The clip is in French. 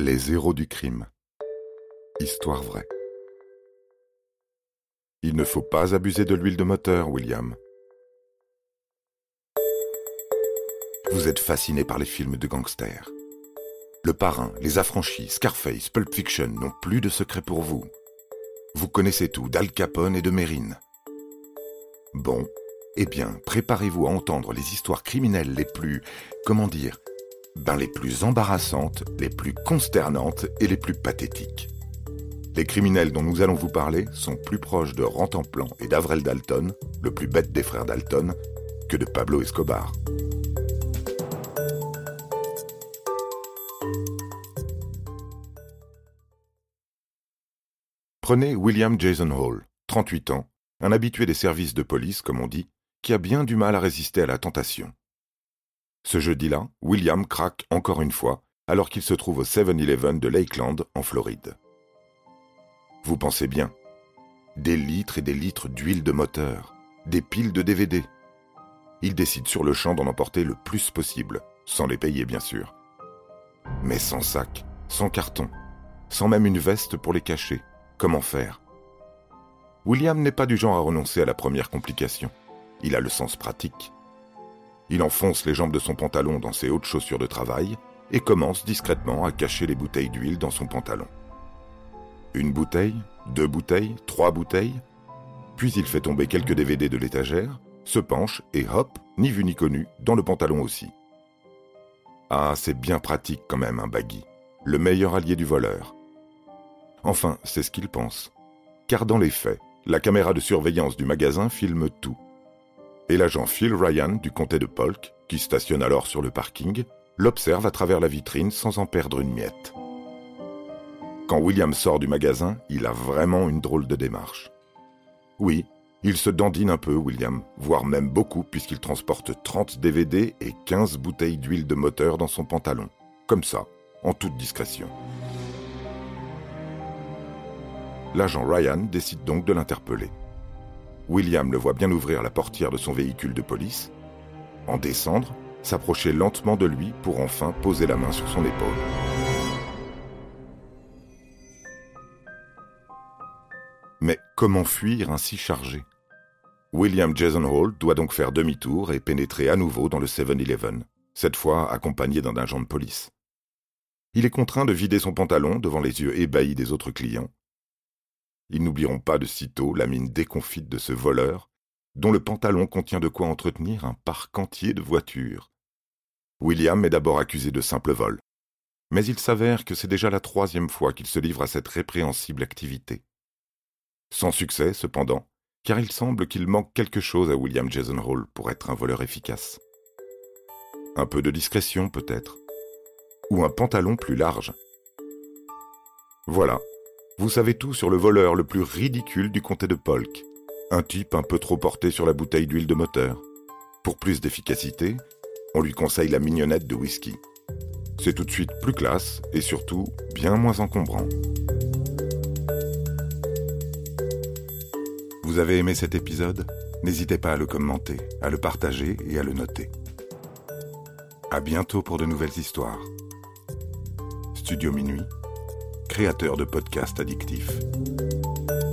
Les héros du crime. Histoire vraie. Il ne faut pas abuser de l'huile de moteur, William. Vous êtes fasciné par les films de gangsters. Le Parrain, Les Affranchis, Scarface, Pulp Fiction n'ont plus de secret pour vous. Vous connaissez tout d'Al Capone et de Mérine. Bon, eh bien, préparez-vous à entendre les histoires criminelles les plus, les plus embarrassantes, les plus consternantes et les plus pathétiques. Les criminels dont nous allons vous parler sont plus proches de Rantanplan et d'Avrel Dalton, le plus bête des frères Dalton, que de Pablo Escobar. Prenez William Jason Hall, 38 ans, un habitué des services de police, comme on dit, qui a bien du mal à résister à la tentation. Ce jeudi-là, William craque encore une fois, alors qu'il se trouve au 7-Eleven de Lakeland, en Floride. Vous pensez bien. Des litres et des litres d'huile de moteur, des piles de DVD. Il décide sur le champ d'en emporter le plus possible, sans les payer bien sûr. Mais sans sac, sans carton, sans même une veste pour les cacher. Comment faire ? William n'est pas du genre à renoncer à la première complication. Il a le sens pratique. Il enfonce les jambes de son pantalon dans ses hautes chaussures de travail et commence discrètement à cacher les bouteilles d'huile dans son pantalon. Une bouteille, 2 bouteilles, 3 bouteilles. Puis il fait tomber quelques DVD de l'étagère, se penche et hop, ni vu ni connu, dans le pantalon aussi. Ah, c'est bien pratique quand même un baggy, le meilleur allié du voleur. Enfin, c'est ce qu'il pense. Car dans les faits, la caméra de surveillance du magasin filme tout. Et l'agent Phil Ryan du comté de Polk, qui stationne alors sur le parking, l'observe à travers la vitrine sans en perdre une miette. Quand William sort du magasin, il a vraiment une drôle de démarche. Oui, il se dandine un peu, William, voire même beaucoup, puisqu'il transporte 30 DVD et 15 bouteilles d'huile de moteur dans son pantalon. Comme ça, en toute discrétion. L'agent Ryan décide donc de l'interpeller. William le voit bien ouvrir la portière de son véhicule de police, en descendre, s'approcher lentement de lui pour enfin poser la main sur son épaule. Mais comment fuir ainsi chargé ? William Jason Hall doit donc faire demi-tour et pénétrer à nouveau dans le 7-Eleven, cette fois accompagné d'un agent de police. Il est contraint de vider son pantalon devant les yeux ébahis des autres clients. Ils n'oublieront pas de sitôt la mine déconfite de ce voleur, dont le pantalon contient de quoi entretenir un parc entier de voitures. William est d'abord accusé de simple vol, mais il s'avère que c'est déjà la 3e fois qu'il se livre à cette répréhensible activité. Sans succès, cependant, car il semble qu'il manque quelque chose à William Jason Hall pour être un voleur efficace. Un peu de discrétion, peut-être. Ou un pantalon plus large. Voilà. Vous savez tout sur le voleur le plus ridicule du comté de Polk. Un type un peu trop porté sur la bouteille d'huile de moteur. Pour plus d'efficacité, on lui conseille la mignonnette de whisky. C'est tout de suite plus classe et surtout bien moins encombrant. Vous avez aimé cet épisode ? N'hésitez pas à le commenter, à le partager et à le noter. À bientôt pour de nouvelles histoires. Studio Minuit, créateur de podcasts addictifs.